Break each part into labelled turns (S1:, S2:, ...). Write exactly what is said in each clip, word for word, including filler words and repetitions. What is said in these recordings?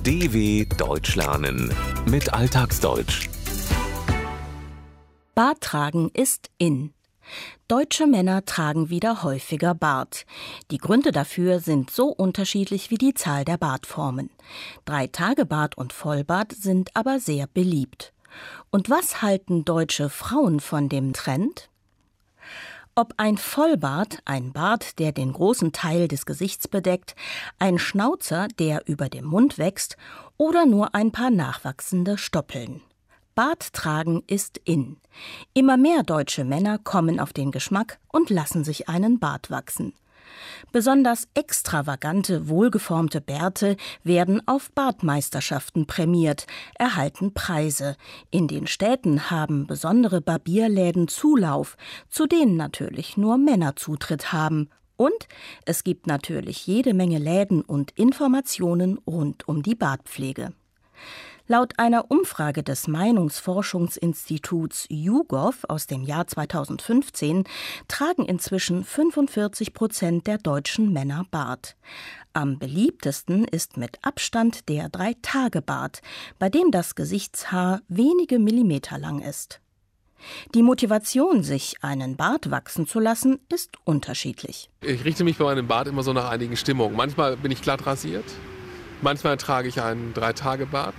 S1: D W Deutsch lernen mit Alltagsdeutsch.
S2: Bart tragen ist in. Deutsche Männer tragen wieder häufiger Bart. Die Gründe dafür sind so unterschiedlich wie die Zahl der Bartformen. Drei-Tage-Bart und Vollbart sind aber sehr beliebt. Und was halten deutsche Frauen von dem Trend? Ob ein Vollbart, ein Bart, der den großen Teil des Gesichts bedeckt, ein Schnauzer, der über dem Mund wächst, oder nur ein paar nachwachsende Stoppeln. Bart tragen ist in. Immer mehr deutsche Männer kommen auf den Geschmack und lassen sich einen Bart wachsen. Besonders extravagante, wohlgeformte Bärte werden auf Bartmeisterschaften prämiert, erhalten Preise. In den Städten haben besondere Barbierläden Zulauf, zu denen natürlich nur Männer Zutritt haben. Und es gibt natürlich jede Menge Läden und Informationen rund um die Bartpflege. Laut einer Umfrage des Meinungsforschungsinstituts YouGov aus dem Jahr zweitausendfünfzehn tragen inzwischen fünfundvierzig Prozent der deutschen Männer Bart. Am beliebtesten ist mit Abstand der Drei-Tage-Bart, bei dem das Gesichtshaar wenige Millimeter lang ist. Die Motivation, sich einen Bart wachsen zu lassen, ist unterschiedlich.
S3: Ich richte mich bei meinem Bart immer so nach einigen Stimmungen. Manchmal bin ich glatt rasiert, manchmal trage ich einen Drei-Tage-Bart.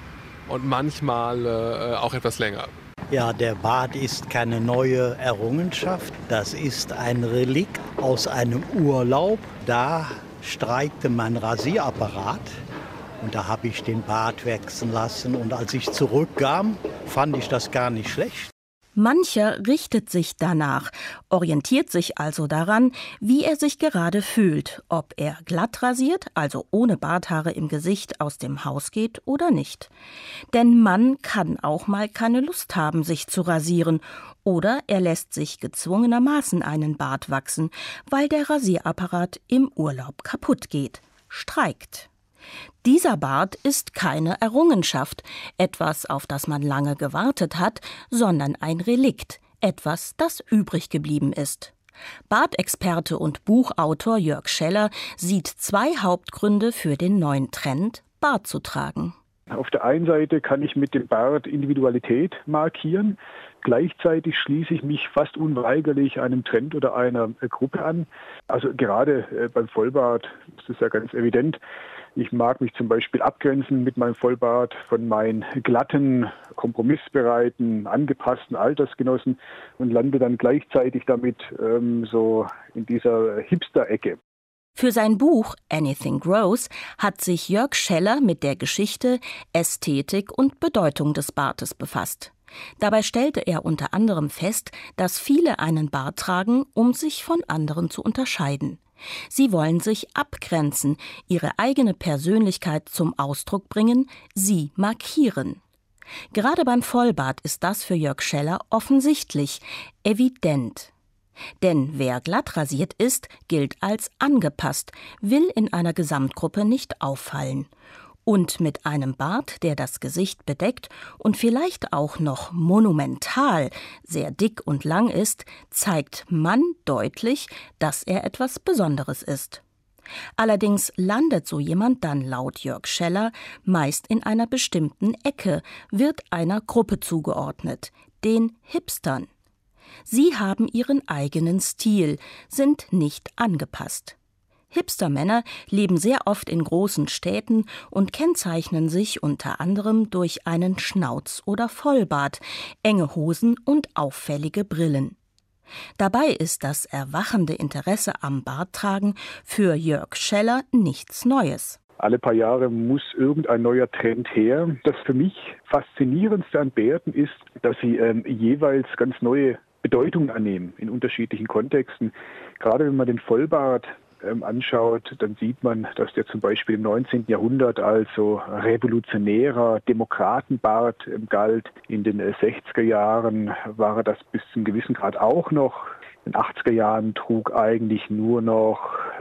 S3: Und manchmal äh, auch etwas länger.
S4: Ja, der Bart ist keine neue Errungenschaft. Das ist ein Relikt aus einem Urlaub. Da streikte mein Rasierapparat und da habe ich den Bart wachsen lassen. Und als ich zurückkam, fand ich das gar nicht schlecht.
S2: Mancher richtet sich danach, orientiert sich also daran, wie er sich gerade fühlt, ob er glatt rasiert, also ohne Barthaare im Gesicht aus dem Haus geht oder nicht. Denn man kann auch mal keine Lust haben, sich zu rasieren, oder er lässt sich gezwungenermaßen einen Bart wachsen, weil der Rasierapparat im Urlaub kaputt geht, streikt. Dieser Bart ist keine Errungenschaft, etwas, auf das man lange gewartet hat, sondern ein Relikt, etwas, das übrig geblieben ist. Bartexperte und Buchautor Jörg Scheller sieht zwei Hauptgründe für den neuen Trend, Bart zu tragen.
S5: Auf der einen Seite kann ich mit dem Bart Individualität markieren. Gleichzeitig schließe ich mich fast unweigerlich einem Trend oder einer Gruppe an. Also gerade beim Vollbart ist es ja ganz evident. Ich mag mich zum Beispiel abgrenzen mit meinem Vollbart von meinen glatten, kompromissbereiten, angepassten Altersgenossen und lande dann gleichzeitig damit ähm, so in dieser Hipster-Ecke.
S2: Für sein Buch Anything Grows hat sich Jörg Scheller mit der Geschichte, Ästhetik und Bedeutung des Bartes befasst. Dabei stellte er unter anderem fest, dass viele einen Bart tragen, um sich von anderen zu unterscheiden. Sie wollen sich abgrenzen, ihre eigene Persönlichkeit zum Ausdruck bringen, sie markieren. Gerade beim Vollbart ist das für Jörg Scheller offensichtlich, evident. Denn wer glatt rasiert ist, gilt als angepasst, will in einer Gesamtgruppe nicht auffallen. Und mit einem Bart, der das Gesicht bedeckt und vielleicht auch noch monumental, sehr dick und lang ist, zeigt man deutlich, dass er etwas Besonderes ist. Allerdings landet so jemand dann laut Jörg Scheller meist in einer bestimmten Ecke, wird einer Gruppe zugeordnet, den Hipstern. Sie haben ihren eigenen Stil, sind nicht angepasst. Hipster-Männer leben sehr oft in großen Städten und kennzeichnen sich unter anderem durch einen Schnauz- oder Vollbart, enge Hosen und auffällige Brillen. Dabei ist das erwachende Interesse am Barttragen für Jörg Scheller nichts Neues.
S5: Alle paar Jahre muss irgendein neuer Trend her. Das für mich Faszinierendste an Bärten ist, dass sie ähm, jeweils ganz neue Bedeutungen annehmen in unterschiedlichen Kontexten. Gerade wenn man den Vollbart ähm, anschaut, dann sieht man, dass der zum Beispiel im neunzehnten Jahrhundert als so revolutionärer Demokratenbart ähm, galt. In den äh, sechziger Jahren war er das bis zum gewissen Grad auch noch. In den achtziger Jahren trug eigentlich nur noch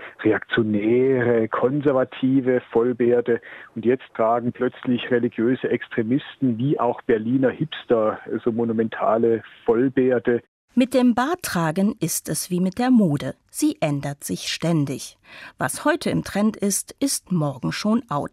S5: reaktionäre, konservative Vollbärte. Und jetzt tragen plötzlich religiöse Extremisten wie auch Berliner Hipster so monumentale Vollbärte.
S2: Mit dem Barttragen ist es wie mit der Mode. Sie ändert sich ständig. Was heute im Trend ist, ist morgen schon out.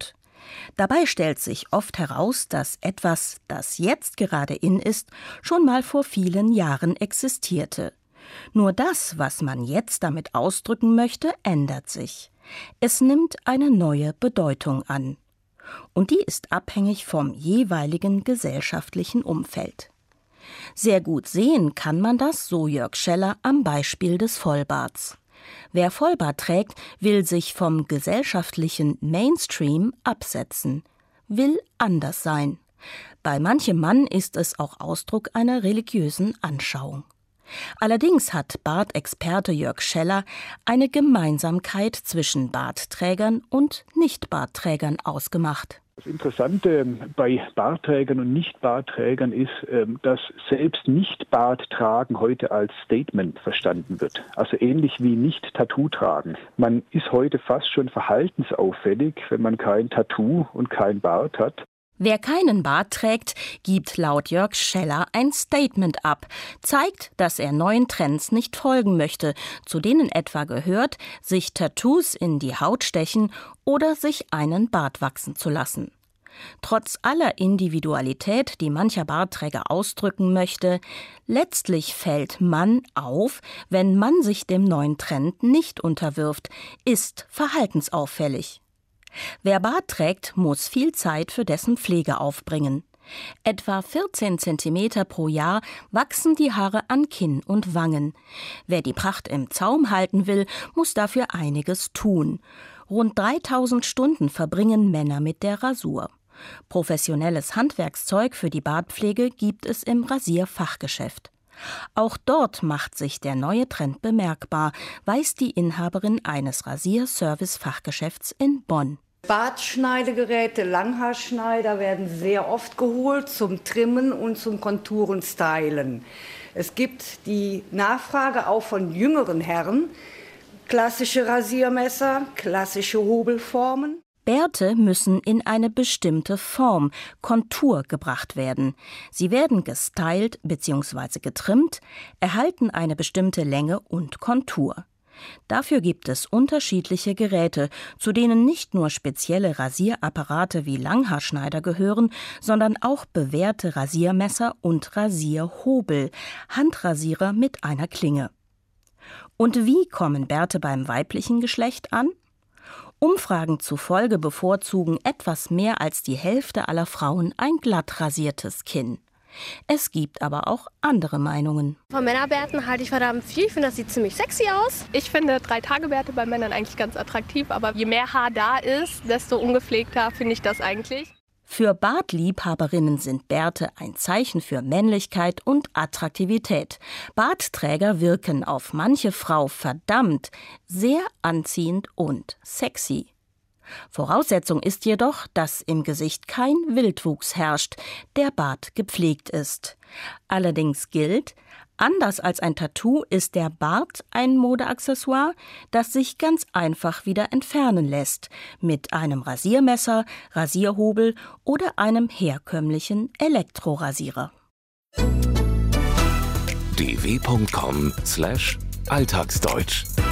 S2: Dabei stellt sich oft heraus, dass etwas, das jetzt gerade in ist, schon mal vor vielen Jahren existierte. Nur das, was man jetzt damit ausdrücken möchte, ändert sich. Es nimmt eine neue Bedeutung an. Und die ist abhängig vom jeweiligen gesellschaftlichen Umfeld. Sehr gut sehen kann man das, so Jörg Scheller, am Beispiel des Vollbarts. Wer Vollbart trägt, will sich vom gesellschaftlichen Mainstream absetzen, will anders sein. Bei manchem Mann ist es auch Ausdruck einer religiösen Anschauung. Allerdings hat Bartexperte Jörg Scheller eine Gemeinsamkeit zwischen Bartträgern und Nicht-Bartträgern ausgemacht.
S5: Das Interessante bei Bartträgern und Nicht-Bartträgern ist, dass selbst Nicht-Bart-Tragen heute als Statement verstanden wird. Also ähnlich wie Nicht-Tattoo tragen. Man ist heute fast schon verhaltensauffällig, wenn man kein Tattoo und kein Bart hat.
S2: Wer keinen Bart trägt, gibt laut Jörg Scheller ein Statement ab, zeigt, dass er neuen Trends nicht folgen möchte, zu denen etwa gehört, sich Tattoos in die Haut stechen oder sich einen Bart wachsen zu lassen. Trotz aller Individualität, die mancher Bartträger ausdrücken möchte, letztlich fällt Mann auf, wenn man sich dem neuen Trend nicht unterwirft, ist verhaltensauffällig. Wer Bart trägt, muss viel Zeit für dessen Pflege aufbringen. Etwa vierzehn Zentimeter pro Jahr wachsen die Haare an Kinn und Wangen. Wer die Pracht im Zaum halten will, muss dafür einiges tun. Rund dreitausend Stunden verbringen Männer mit der Rasur. Professionelles Handwerkszeug für die Bartpflege gibt es im Rasierfachgeschäft. Auch dort macht sich der neue Trend bemerkbar, weiß die Inhaberin eines Rasierservice-Fachgeschäfts in Bonn.
S6: Bartschneidegeräte, Langhaarschneider werden sehr oft geholt zum Trimmen und zum Konturenstylen. Es gibt die Nachfrage auch von jüngeren Herren, klassische Rasiermesser, klassische Hobelformen.
S2: Bärte müssen in eine bestimmte Form, Kontur, gebracht werden. Sie werden gestylt bzw. getrimmt, erhalten eine bestimmte Länge und Kontur. Dafür gibt es unterschiedliche Geräte, zu denen nicht nur spezielle Rasierapparate wie Langhaarschneider gehören, sondern auch bewährte Rasiermesser und Rasierhobel, Handrasierer mit einer Klinge. Und wie kommen Bärte beim weiblichen Geschlecht an? Umfragen zufolge bevorzugen etwas mehr als die Hälfte aller Frauen ein glatt rasiertes Kinn. Es gibt aber auch andere Meinungen.
S7: Von Männerbärten halte ich verdammt viel. Ich finde, das sieht ziemlich sexy aus. Ich finde Drei-Tage-Bärte bei Männern eigentlich ganz attraktiv. Aber je mehr Haar da ist, desto ungepflegter finde ich das eigentlich.
S2: Für Bartliebhaberinnen sind Bärte ein Zeichen für Männlichkeit und Attraktivität. Bartträger wirken auf manche Frau verdammt sehr anziehend und sexy. Voraussetzung ist jedoch, dass im Gesicht kein Wildwuchs herrscht, der Bart gepflegt ist. Allerdings gilt, anders als ein Tattoo ist der Bart ein Modeaccessoire, das sich ganz einfach wieder entfernen lässt, mit einem Rasiermesser, Rasierhobel oder einem herkömmlichen Elektrorasierer.
S1: d w punkt com slash alltagsdeutsch